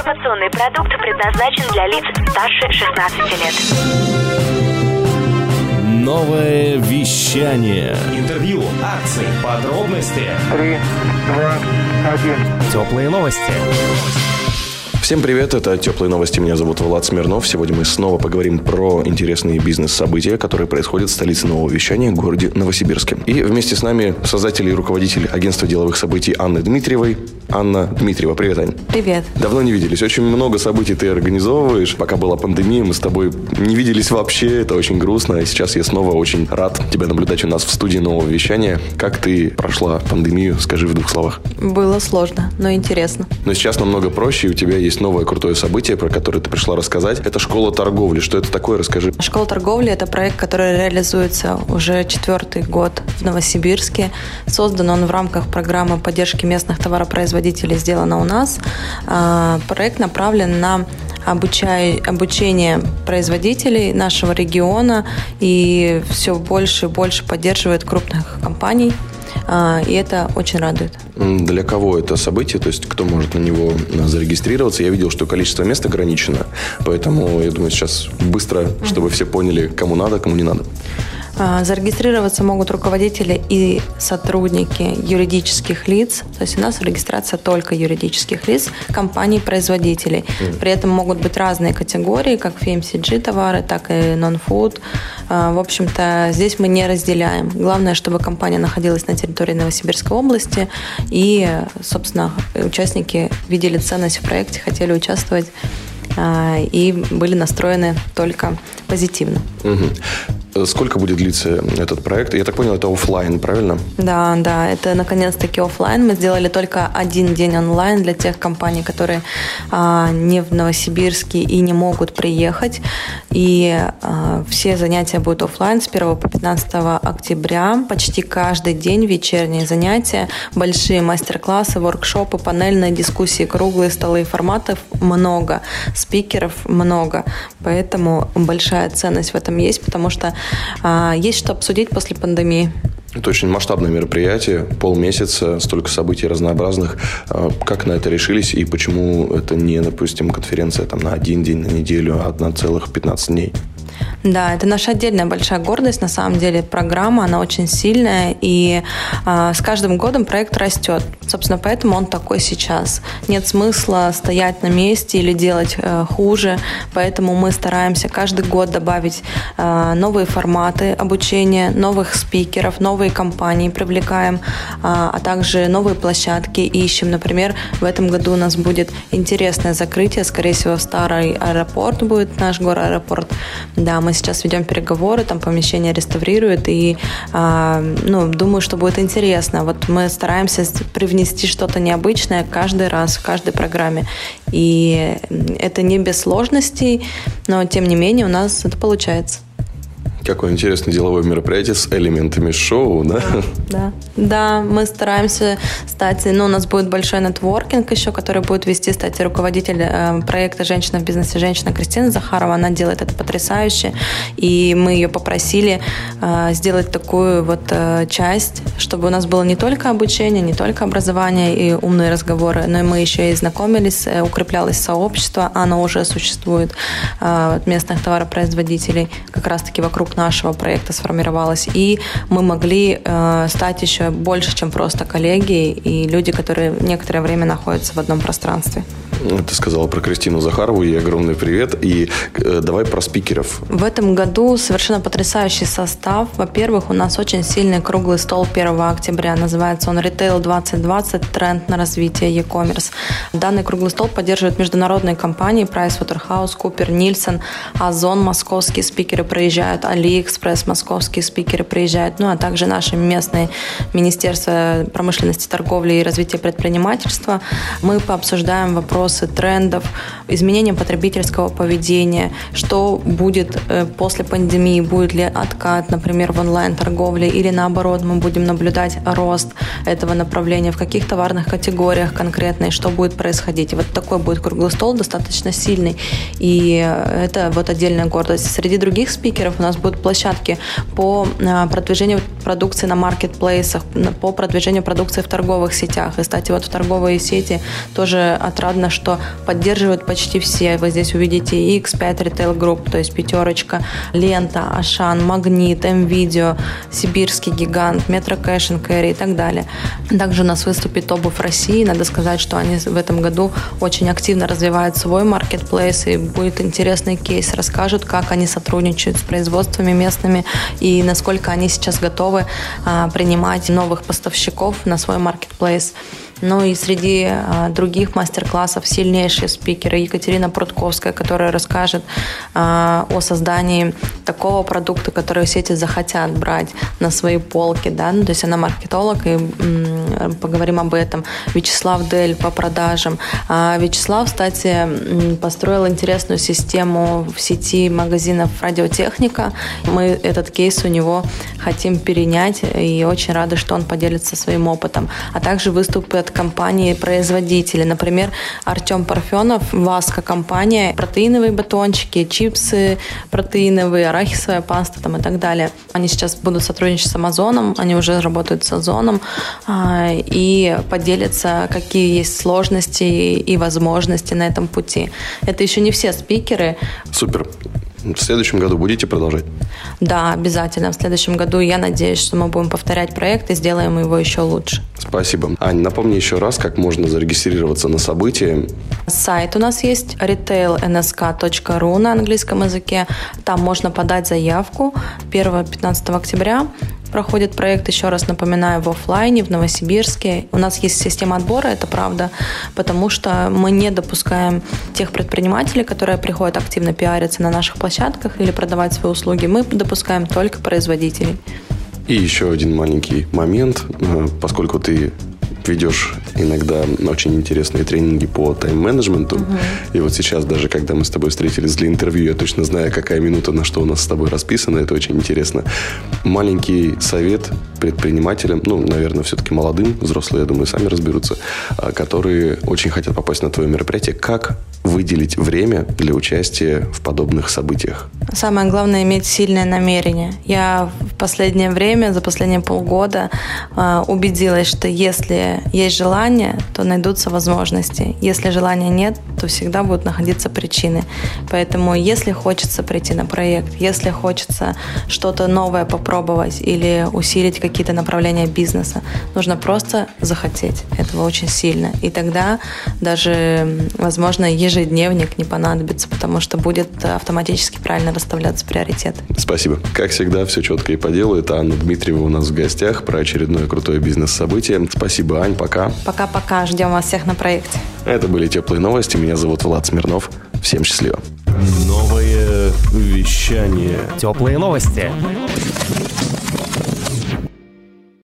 Информационный продукт предназначен для лиц старше 16 лет. Новое вещание. Интервью, акции, подробности. 3, 2, 1. Теплые новости. Всем привет, это «Теплые новости», меня зовут Влад Смирнов. Сегодня мы снова поговорим про интересные бизнес-события, которые происходят в столице нового вещания, городе Новосибирске. И вместе с нами создатель и руководитель агентства деловых событий Анны Дмитриевой. Анна Дмитриева, привет, Ань. Привет. Давно не виделись, очень много событий ты организовываешь. Пока была пандемия, мы с тобой не виделись вообще, это очень грустно. И сейчас я снова очень рад тебя наблюдать у нас в студии нового вещания. Как ты прошла пандемию, скажи в 2 словах. Было сложно, но интересно. Но сейчас намного проще, и у тебя есть новое крутое событие, про которое ты пришла рассказать. Это школа торговли. Что это такое? Расскажи. Школа торговли – это проект, который реализуется уже 4-й год в Новосибирске. Создан он в рамках программы поддержки местных товаропроизводителей «Сделано у нас». Проект направлен на обучение производителей нашего региона и все больше и больше поддерживает крупных компаний. И это очень радует. Для кого это событие? То есть, кто может на него зарегистрироваться? Я видел, что количество мест ограничено. Поэтому, я думаю, сейчас быстро, чтобы все поняли, кому надо, кому не надо. Зарегистрироваться могут руководители и сотрудники юридических лиц. То есть у нас регистрация только юридических лиц, компаний-производителей. При этом могут быть разные категории, как FMCG товары, так и non-food. В общем-то, здесь мы не разделяем. Главное, чтобы компания находилась на территории Новосибирской области и, собственно, участники видели ценность в проекте, хотели участвовать и были настроены только позитивно. Сколько будет длиться этот проект? Я так понял, это офлайн, правильно? Да, это наконец-таки офлайн. Мы сделали только 1 день онлайн для тех компаний, которые не в Новосибирске и не могут приехать. И все занятия будут офлайн с 1 по 15 октября. Почти каждый день вечерние занятия, большие мастер-классы, воркшопы, панельные дискуссии, круглые столы. Форматов много, спикеров много. Поэтому большая ценность в этом есть, потому что есть что обсудить после пандемии. Это очень масштабное мероприятие, полмесяца, столько событий разнообразных. Как на это решились и почему это не, допустим, конференция на 1 день, на неделю, а на целых 15 дней? Да, это наша отдельная большая гордость. На самом деле программа, она очень сильная, и с каждым годом проект растет. Собственно, поэтому он такой сейчас. Нет смысла стоять на месте или делать хуже, поэтому мы стараемся каждый год добавить новые форматы обучения, новых спикеров, новые компании привлекаем, а также новые площадки ищем. Например, в этом году у нас будет интересное закрытие, скорее всего, старый аэропорт будет, наш город-аэропорт. Да, мы сейчас ведем переговоры, там помещение реставрируют, и думаю, что будет интересно. Вот мы стараемся привнести что-то необычное каждый раз, в каждой программе. И это не без сложностей, но тем не менее у нас это получается. Какое интересное деловое мероприятие с элементами шоу, да? Да, мы стараемся стать... у нас будет большой нетворкинг еще, который будет вести, кстати, руководитель проекта «Женщина в бизнесе», женщина Кристина Захарова. Она делает это потрясающе. И мы ее попросили сделать такую часть, чтобы у нас было не только обучение, не только образование и умные разговоры, но и мы еще и знакомились, укреплялось сообщество. Оно уже существует местных товаропроизводителей как раз-таки вокруг нашего проекта сформировалась, и мы могли стать еще больше, чем просто коллеги и люди, которые некоторое время находятся в одном пространстве. Ты сказала про Кристину Захарову, ей огромный привет. И давай про спикеров. В этом году совершенно потрясающий состав. Во-первых, у нас очень сильный круглый стол 1 октября. Называется он «Retail 2020. Тренд на развитие e-commerce». Данный круглый стол поддерживает международные компании PricewaterhouseCoopers, Nielsen, Озон, московские спикеры приезжают, AliExpress, московские спикеры приезжают, а также наши местные Министерства промышленности, торговли и развития предпринимательства. Мы пообсуждаем вопросы трендов, изменением потребительского поведения, что будет после пандемии, будет ли откат, например, в онлайн-торговле, или наоборот, мы будем наблюдать рост этого направления, в каких товарных категориях конкретно, и что будет происходить. И вот такой будет круглый стол, достаточно сильный, и это вот отдельная гордость. Среди других спикеров у нас будут площадки по продвижению продукции на маркетплейсах, по продвижению продукции в торговых сетях. И, кстати, вот в торговые сети тоже отрадно, что поддерживают почти все. Вы здесь увидите и X5 Retail Group, то есть «Пятерочка», Лента, Ашан, Магнит, МВидео, Сибирский гигант, Метро Кэш & Кэрри и так далее. Также у нас выступит Обувь России. Надо сказать, что они в этом году очень активно развивают свой маркетплейс, и будет интересный кейс. Расскажут, как они сотрудничают с производствами местными и насколько они сейчас готовы принимать новых поставщиков на свой маркетплейс. Ну и среди других мастер-классов сильнейшие спикеры. Екатерина Прудковская, которая расскажет о создании такого продукта, который сети захотят брать на свои полки. Да? Ну, то есть она маркетолог, и поговорим об этом. Вячеслав Дель по продажам. Вячеслав, кстати, построил интересную систему в сети магазинов «Радиотехника». Мы этот кейс у него хотим перенять, и очень рады, что он поделится своим опытом. А также выступят компании-производители. Например, Артем Парфенов, Васка компания, протеиновые батончики, чипсы протеиновые, арахисовая паста там, и так далее. Они сейчас будут сотрудничать с Амазоном, они уже работают с Озоном, и поделятся, какие есть сложности и возможности на этом пути. Это еще не все спикеры. Супер. В следующем году будете продолжать? Да, обязательно. В следующем году я надеюсь, что мы будем повторять проект и сделаем его еще лучше. Спасибо. Ань, напомни еще раз, как можно зарегистрироваться на событие. Сайт у нас есть retailnsk.ru на английском языке. Там можно подать заявку. 1-15 октября проходит проект, еще раз напоминаю, в офлайне, в Новосибирске. У нас есть система отбора, это правда, потому что мы не допускаем тех предпринимателей, которые приходят активно пиариться на наших площадках или продавать свои услуги. Мы допускаем только производителей. И еще один маленький момент, поскольку ты ведешь иногда очень интересные тренинги по тайм-менеджменту. И вот сейчас, даже когда мы с тобой встретились для интервью, я точно знаю, какая минута на что у нас с тобой расписано. Это очень интересно. Маленький совет предпринимателям, наверное, все-таки молодым, взрослые, я думаю, сами разберутся, которые очень хотят попасть на твое мероприятие. Как выделить время для участия в подобных событиях? Самое главное – иметь сильное намерение. Я в последнее время, за последние полгода убедилась, что если есть желание, то найдутся возможности. Если желания нет, то всегда будут находиться причины. Поэтому если хочется прийти на проект, если хочется что-то новое попробовать или усилить какие-то направления бизнеса, нужно просто захотеть этого очень сильно. И тогда даже, возможно, ежедневник не понадобится, потому что будет автоматически правильно расставляться приоритет. Спасибо. Как всегда, все четко и по делу. Это Анна Дмитриева у нас в гостях про очередное крутое бизнес-событие. Спасибо, Ань, пока. Пока-пока. Ждем вас всех на проекте. Это были теплые новости. Меня зовут Влад Смирнов. Всем счастливо. Новое вещание. Теплые новости.